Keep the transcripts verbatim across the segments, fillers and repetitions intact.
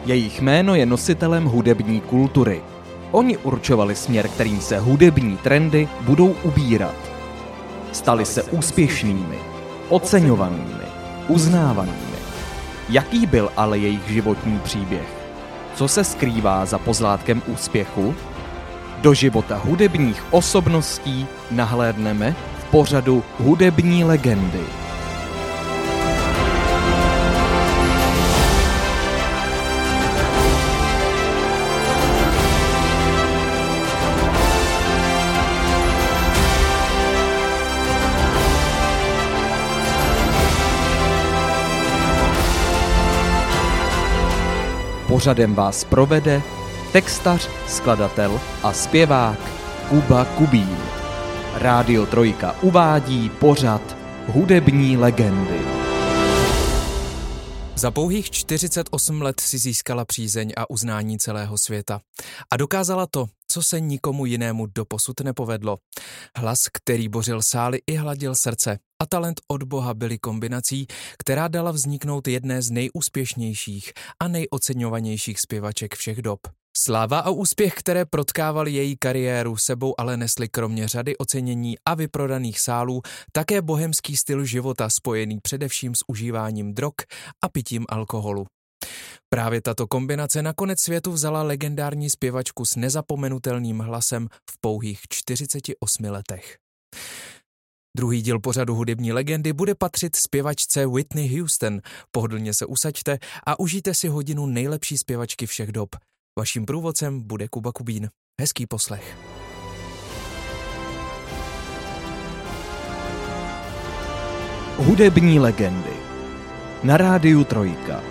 Jejich jméno je nositelem hudební kultury. Oni určovali směr, kterým se hudební trendy budou ubírat. Stali se úspěšnými, oceňovanými, uznávanými. Jaký byl ale jejich životní příběh? Co se skrývá za pozlátkem úspěchu? Do života hudebních osobností nahlédneme v pořadu Hudební legendy. Pořadem vás provede textař, skladatel a zpěvák Kuba Kubín. Rádio Trojka uvádí pořad Hudební legendy. Za pouhých čtyřicet osm let si získala přízeň a uznání celého světa. A dokázala to, co se nikomu jinému doposud nepovedlo. Hlas, který bořil sály i hladil srdce, a talent od Boha byly kombinací, která dala vzniknout jedné z nejúspěšnějších a nejoceňovanějších zpěvaček všech dob. Sláva a úspěch, které protkávaly její kariéru, sebou ale nesly kromě řady ocenění a vyprodaných sálů také bohemský styl života spojený především s užíváním drog a pitím alkoholu. Právě tato kombinace nakonec světu vzala legendární zpěvačku s nezapomenutelným hlasem v pouhých čtyřiceti osmi letech. Druhý díl pořadu Hudební legendy bude patřit zpěvačce Whitney Houston. Pohodlně se usaďte a užijte si hodinu nejlepší zpěvačky všech dob. Vaším průvodcem bude Kuba Kubín. Hezký poslech. Hudební legendy na Rádiu Trojka.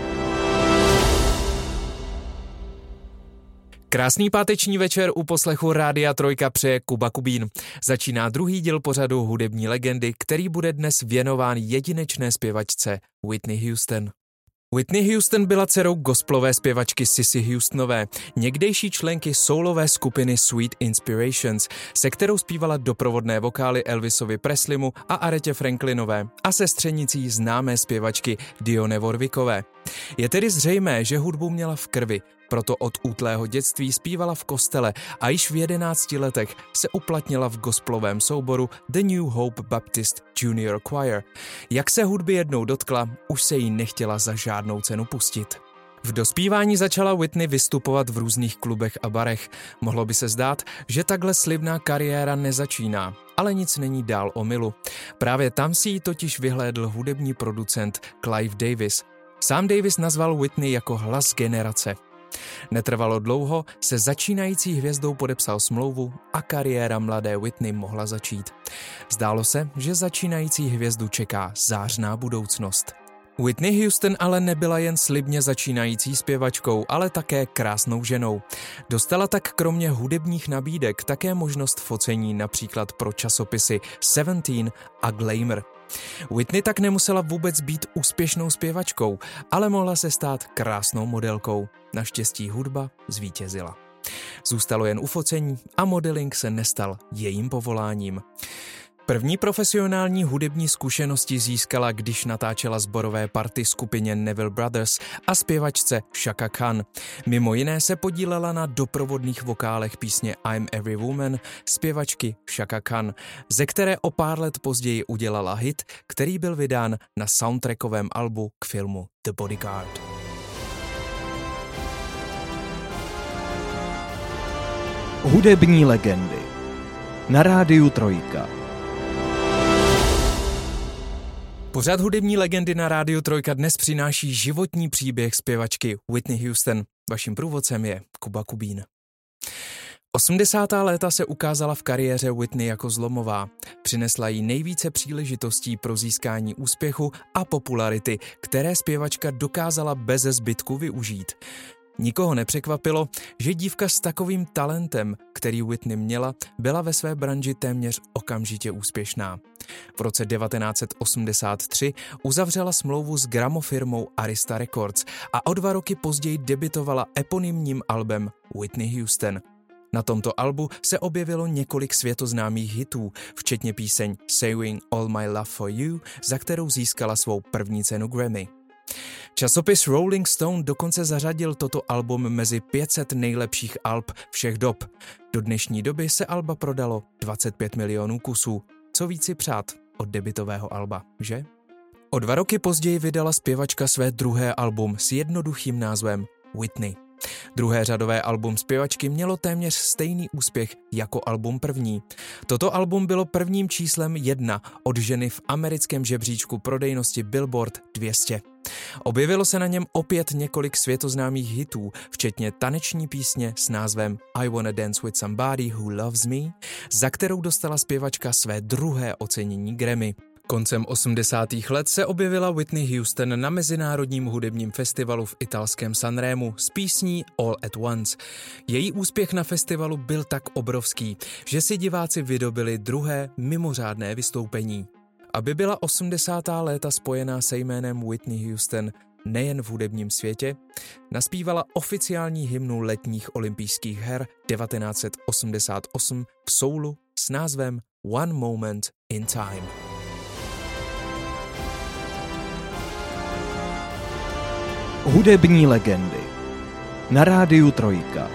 Krásný páteční večer u poslechu Rádia Trojka přeje Kuba Kubín. Začíná druhý díl pořadu Hudební legendy, který bude dnes věnován jedinečné zpěvačce Whitney Houston. Whitney Houston byla dcerou gospelové zpěvačky Cissy Houstonové, někdejší členky soulové skupiny Sweet Inspirations, se kterou zpívala doprovodné vokály Elvisovi Presleymu a Aretě Franklinové a sestřenicí známé zpěvačky Dionne Warwickové. Je tedy zřejmé, že hudbu měla v krvi, proto od útlého dětství zpívala v kostele a již v jedenácti letech se uplatnila v gospelovém souboru The New Hope Baptist Junior Choir. Jak se hudby jednou dotkla, už se jí nechtěla za žádnou cenu pustit. V dospívání začala Whitney vystupovat v různých klubech a barech. Mohlo by se zdát, že takhle slibná kariéra nezačíná, ale nic není dál omylu. Právě tam si ji totiž vyhlédl hudební producent Clive Davis. Sám Davis nazval Whitney jako hlas generace. Netrvalo dlouho, se začínající hvězdou podepsal smlouvu a kariéra mladé Whitney mohla začít. Zdálo se, že začínající hvězdu čeká zářná budoucnost. Whitney Houston ale nebyla jen slibně začínající zpěvačkou, ale také krásnou ženou. Dostala tak kromě hudebních nabídek také možnost focení například pro časopisy Seventeen a Glamour. Whitney tak nemusela vůbec být úspěšnou zpěvačkou, ale mohla se stát krásnou modelkou. Naštěstí hudba zvítězila. Zůstalo jen u focení a modeling se nestal jejím povoláním. První profesionální hudební zkušenosti získala, když natáčela sborové party skupině Neville Brothers a zpěvačce Chaka Khan. Mimo jiné se podílela na doprovodných vokálech písně I'm Every Woman zpěvačky Chaka Khan, ze které o pár let později udělala hit, který byl vydán na soundtrackovém albu k filmu The Bodyguard. Hudební legendy na Rádiu Trojka. Pořad Hudební legendy na Rádiu Trojka dnes přináší životní příběh zpěvačky Whitney Houston. Vaším průvodcem je Kuba Kubín. osmdesátá léta se ukázala v kariéře Whitney jako zlomová. Přinesla jí nejvíce příležitostí pro získání úspěchu a popularity, které zpěvačka dokázala beze zbytku využít. Nikoho nepřekvapilo, že dívka s takovým talentem, který Whitney měla, byla ve své branži téměř okamžitě úspěšná. V roce devatenáct set osmdesát tři uzavřela smlouvu s gramofirmou Arista Records a o dva roky později debutovala eponymním albem Whitney Houston. Na tomto albu se objevilo několik světoznámých hitů, včetně píseň Saving All My Love For You, za kterou získala svou první cenu Grammy. Časopis Rolling Stone dokonce zařadil toto album mezi pět set nejlepších alb všech dob. Do dnešní doby se alba prodalo dvacet pět milionů kusů. Co víc si přát od debutového alba, že? O dva roky později vydala zpěvačka své druhé album s jednoduchým názvem Whitney. Druhé řadové album zpěvačky mělo téměř stejný úspěch jako album první. Toto album bylo prvním číslem jedna od ženy v americkém žebříčku prodejnosti Billboard dvě stě. Objevilo se na něm opět několik světoznámých hitů, včetně taneční písně s názvem I Wanna Dance With Somebody Who Loves Me, za kterou dostala zpěvačka své druhé ocenění Grammy. Koncem osmdesátých let se objevila Whitney Houston na mezinárodním hudebním festivalu v italském Sanremu s písní All at Once. Její úspěch na festivalu byl tak obrovský, že si diváci vydobili druhé mimořádné vystoupení. Aby byla osmdesátá léta spojená se jménem Whitney Houston nejen v hudebním světě, naspívala oficiální hymnu letních olympijských her devatenáct set osmdesát osm v soulu s názvem One Moment in Time. Hudební legendy na rádiu Trojka.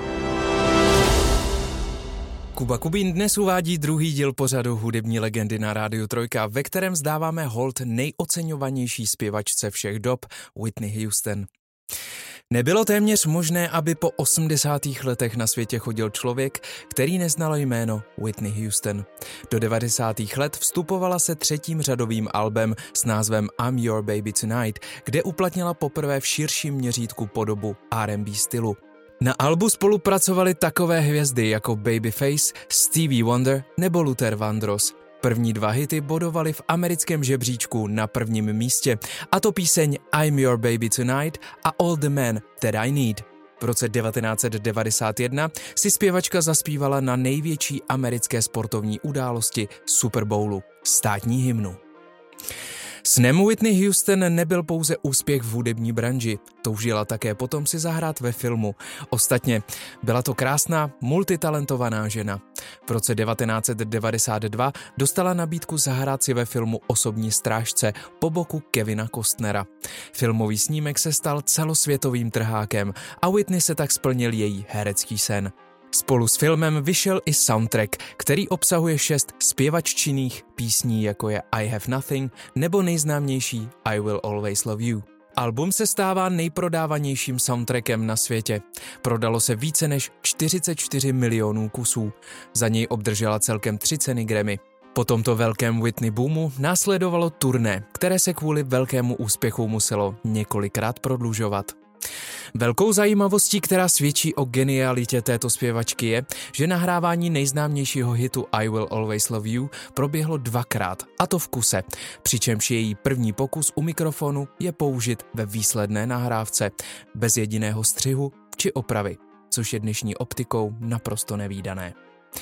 Kuba Kubín dnes uvádí druhý díl pořadu Hudební legendy na rádiu Trojka, ve kterém vzdáváme hold nejoceňovanější zpěvačce všech dob Whitney Houston. Nebylo téměř možné, aby po osmdesátých letech na světě chodil člověk, který neznal jméno Whitney Houston. Do devadesátých let vstupovala se třetím řadovým albem s názvem I'm Your Baby Tonight, kde uplatnila poprvé v širším měřítku podobu R and B stylu. Na albu spolupracovali takové hvězdy jako Babyface, Stevie Wonder nebo Luther Vandross. První dva hity bodovali v americkém žebříčku na prvním místě, a to píseň I'm Your Baby Tonight a All the Man That I Need. V roce devatenáct set devadesát jedna si zpěvačka zaspívala na největší americké sportovní události Super Bowlu, státní hymnu. Snem Whitney Houston nebyl pouze úspěch v hudební branži, toužila také potom si zahrát ve filmu. Ostatně byla to krásná, multitalentovaná žena. V roce devatenáct set devadesát dva dostala nabídku zahrát si ve filmu Osobní strážce po boku Kevina Costnera. Filmový snímek se stal celosvětovým trhákem a Whitney se tak splnil její herecký sen. Spolu s filmem vyšel i soundtrack, který obsahuje šest zpěvaččinných písní, jako je I Have Nothing nebo nejznámější I Will Always Love You. Album se stává nejprodávanějším soundtrackem na světě. Prodalo se více než čtyřicet čtyři milionů kusů. Za něj obdržela celkem tři ceny Grammy. Po tomto velkém Whitney boomu následovalo turné, které se kvůli velkému úspěchu muselo několikrát prodlužovat. Velkou zajímavostí, která svědčí o genialitě této zpěvačky, je, že nahrávání nejznámějšího hitu I Will Always Love You proběhlo dvakrát, a to v kuse, přičemž její první pokus u mikrofonu je použit ve výsledné nahrávce, bez jediného střihu či opravy, což je dnešní optikou naprosto nevídané.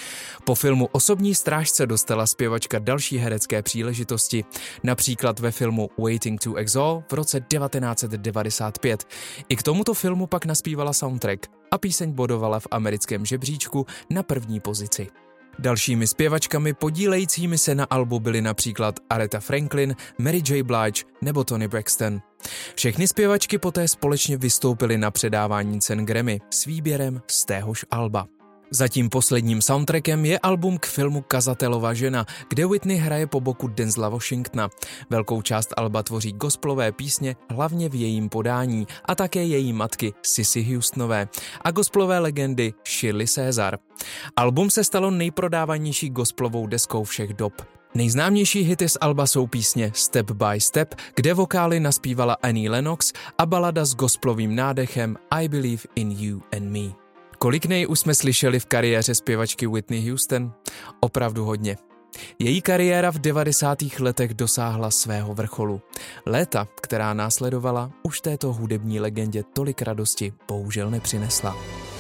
Po filmu Osobní strážce dostala zpěvačka další herecké příležitosti, například ve filmu Waiting to Exhale v roce devatenáct set devadesát pět. I k tomuto filmu pak naspívala soundtrack a píseň bodovala v americkém žebříčku na první pozici. Dalšími zpěvačkami podílejícími se na albu byly například Aretha Franklin, Mary J. Blige nebo Toni Braxton. Všechny zpěvačky poté společně vystoupily na předávání cen Grammy s výběrem z téhož alba. Zatím posledním soundtrackem je album k filmu Kazatelova žena, kde Whitney hraje po boku Denzela Washingtona. Velkou část alba tvoří gospelové písně, hlavně v jejím podání, a také její matky Cissy Houstonové a gospelové legendy Shirley Caesar. Album se stalo nejprodávanější gospelovou deskou všech dob. Nejznámější hity z alba jsou písně Step by Step, kde vokály naspívala Annie Lennox, a balada s gospelovým nádechem I Believe in You and Me. Kolik nej už jsme slyšeli v kariéře zpěvačky Whitney Houston? Opravdu hodně. Její kariéra v devadesátých letech dosáhla svého vrcholu. Léta, která následovala, už této hudební legendě tolik radosti bohužel nepřinesla.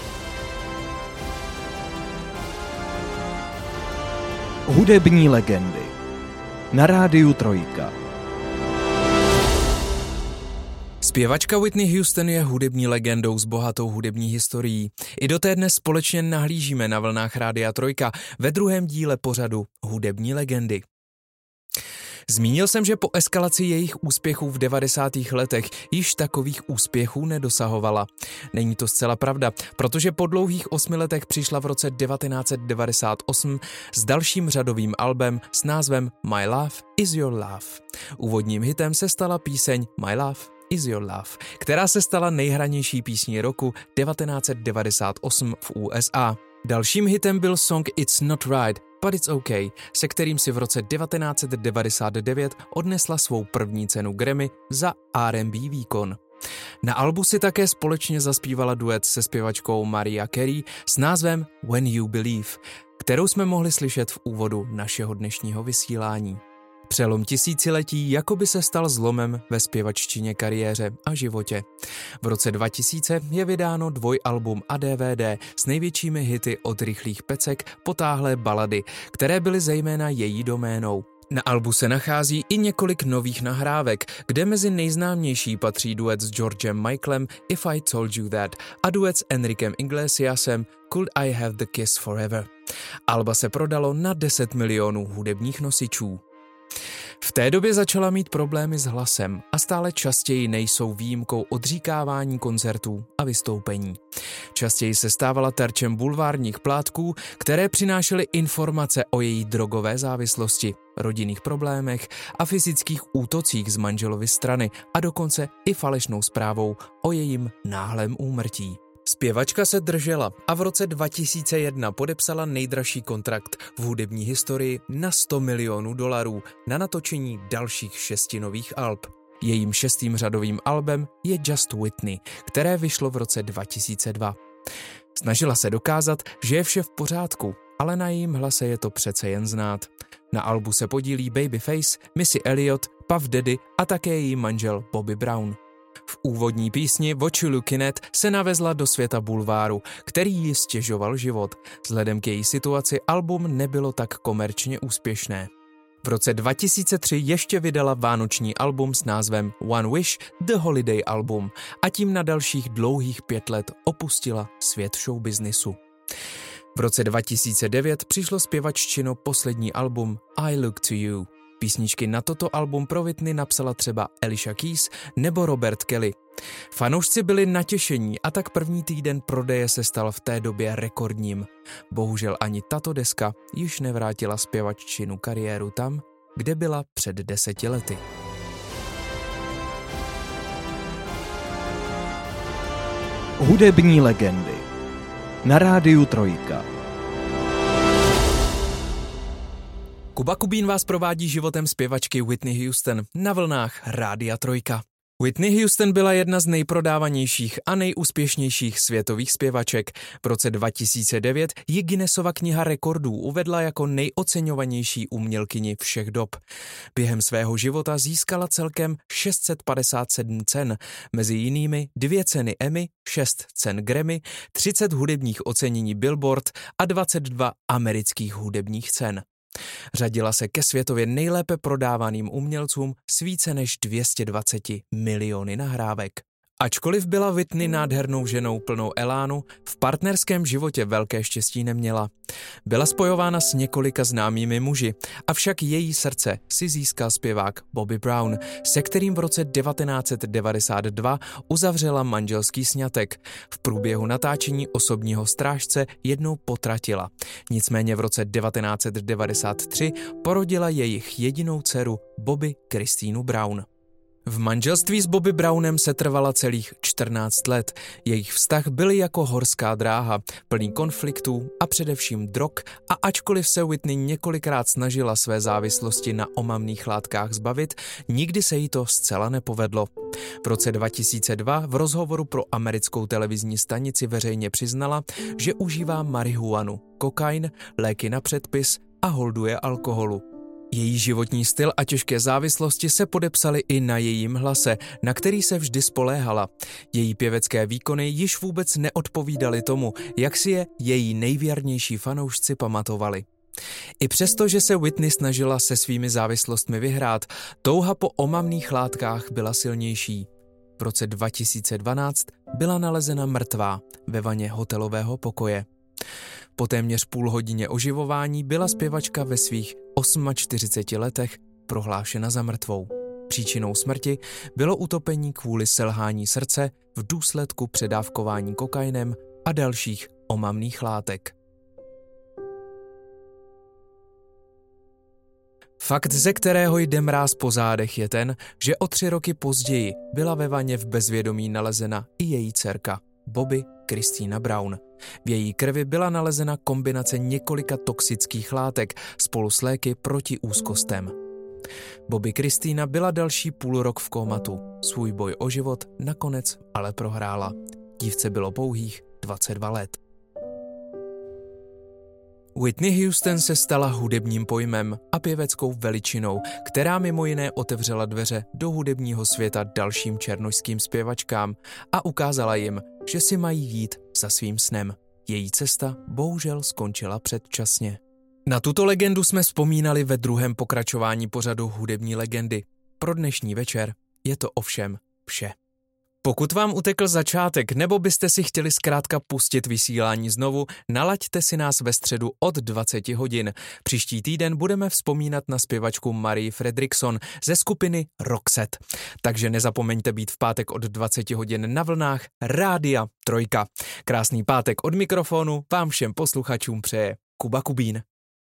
Hudební legendy na rádiu Trojka. Zpěvačka Whitney Houston je hudební legendou s bohatou hudební historií. I do té dnes společně nahlížíme na vlnách Rádia Trojka ve druhém díle pořadu Hudební legendy. Zmínil jsem, že po eskalaci jejich úspěchů v devadesátých letech již takových úspěchů nedosahovala. Není to zcela pravda, protože po dlouhých osmi letech přišla v roce devatenáct set devadesát osm s dalším řadovým albem s názvem My Love Is Your Love. Úvodním hitem se stala píseň My Love Is Your Love, která se stala nejhranější písní roku devatenáct set devadesát osm v U S A. Dalším hitem byl song It's Not Right, But It's Okay, se kterým si v roce devatenáct set devadesát devět odnesla svou první cenu Grammy za R and B výkon. Na albu si také společně zaspívala duet se zpěvačkou Mariah Carey s názvem When You Believe, kterou jsme mohli slyšet v úvodu našeho dnešního vysílání. Přelom tisíciletí jakoby se stal zlomem ve zpěvaččině kariéře a životě. V roce dva tisíce je vydáno dvojalbum a D V D s největšími hity od rychlých pecek po táhlé balady, které byly zejména její doménou. Na albu se nachází i několik nových nahrávek, kde mezi nejznámější patří duet s Georgem Michaelem If I Told You That a duet s Enriquem Iglesiasem Could I Have the Kiss Forever. Alba se prodalo na deset milionů hudebních nosičů. V té době začala mít problémy s hlasem a stále častěji nejsou výjimkou odříkávání koncertů a vystoupení. Častěji se stávala terčem bulvárních plátků, které přinášely informace o její drogové závislosti, rodinných problémech a fyzických útocích z manželovy strany a dokonce i falešnou zprávou o jejím náhlém úmrtí. Zpěvačka se držela a v roce dva tisíce jedna podepsala nejdražší kontrakt v hudební historii na sto milionů dolarů na natočení dalších šesti nových alb. Jejím šestým řadovým albem je Just Whitney, které vyšlo v roce dva tisíce dva. Snažila se dokázat, že je vše v pořádku, ale na jejím hlase je to přece jen znát. Na albu se podílí Babyface, Missy Elliott, Puff Daddy a také její manžel Bobby Brown. V úvodní písni What You Looking At se navezla do světa bulváru, který jí stěžoval život. Vzhledem k její situaci album nebylo tak komerčně úspěšné. V roce dva tisíce tři ještě vydala vánoční album s názvem One Wish The Holiday Album a tím na dalších dlouhých pět let opustila svět showbiznisu. V roce dva tisíce devět přišlo zpěvaččino poslední album I Look To You. Písničky na toto album pro Whitney napsala třeba Alicia Keys nebo Robert Kelly. Fanoušci byli natěšení a tak první týden prodeje se stal v té době rekordním. Bohužel ani tato deska již nevrátila zpěvaččinu kariéru tam, kde byla před deseti lety. Hudební legendy na rádiu Trojka. Kuba Kubín vás provádí životem zpěvačky Whitney Houston na vlnách Rádia Trojka. Whitney Houston byla jedna z nejprodávanějších a nejúspěšnějších světových zpěvaček. V roce dva tisíce devět ji Guinnessova kniha rekordů uvedla jako nejoceňovanější umělkyni všech dob. Během svého života získala celkem šest set padesát sedm cen, mezi jinými dvě ceny Emmy, šest cen Grammy, třicet hudebních ocenění Billboard a dvacet dva amerických hudebních cen. Řadila se ke světově nejlépe prodávaným umělcům s více než dvě stě dvacet miliony nahrávek. Ačkoliv byla Whitney nádhernou ženou plnou elánu, v partnerském životě velké štěstí neměla. Byla spojována s několika známými muži, avšak její srdce si získal zpěvák Bobby Brown, se kterým v roce devatenáct set devadesát dva uzavřela manželský sňatek. V průběhu natáčení Osobního strážce jednou potratila. Nicméně v roce devatenáct set devadesát tři porodila jejich jedinou dceru Bobby Christinu Brown. V manželství s Bobby Brownem se trvala celých čtrnáct let. Jejich vztah byl jako horská dráha, plný konfliktů a především drog, a ačkoliv se Whitney několikrát snažila své závislosti na omamných látkách zbavit, nikdy se jí to zcela nepovedlo. V roce dva tisíce dva v rozhovoru pro americkou televizní stanici veřejně přiznala, že užívá marihuanu, kokain, léky na předpis a holduje alkoholu. Její životní styl a těžké závislosti se podepsaly i na jejím hlase, na který se vždy spoléhala. Její pěvecké výkony již vůbec neodpovídaly tomu, jak si je její nejvěrnější fanoušci pamatovali. I přesto, že se Whitney snažila se svými závislostmi vyhrát, touha po omamných látkách byla silnější. V roce dva tisíce dvanáct byla nalezena mrtvá ve vaně hotelového pokoje. Po téměř půl hodině oživování byla zpěvačka ve svých čtyřiceti osmi letech prohlášena za mrtvou. Příčinou smrti bylo utopení kvůli selhání srdce v důsledku předávkování kokainem a dalších omamných látek. Fakt, ze kterého jde mráz po zádech, je ten, že o tři roky později byla ve vaně v bezvědomí nalezena i její dcerka, Bobby Christina Brown. V její krvi byla nalezena kombinace několika toxických látek spolu s léky proti úzkostem. Bobby Christina byla další půl rok v kómatu. Svůj boj o život nakonec ale prohrála. Dívce bylo pouhých dvacet dva let. Whitney Houston se stala hudebním pojmem a pěveckou veličinou, která mimo jiné otevřela dveře do hudebního světa dalším černošským zpěvačkám a ukázala jim, že si mají jít za svým snem. Její cesta bohužel skončila předčasně. Na tuto legendu jsme vzpomínali ve druhém pokračování pořadu Hudební legendy. Pro dnešní večer je to ovšem vše. Pokud vám utekl začátek, nebo byste si chtěli zkrátka pustit vysílání znovu, nalaďte si nás ve středu od dvacet hodin. Příští týden budeme vzpomínat na zpěvačku Marie Fredriksson ze skupiny Roxette. Takže nezapomeňte být v pátek od dvacet hodin na vlnách Rádia Trojka. Krásný pátek od mikrofonu vám všem posluchačům přeje Kuba Kubín.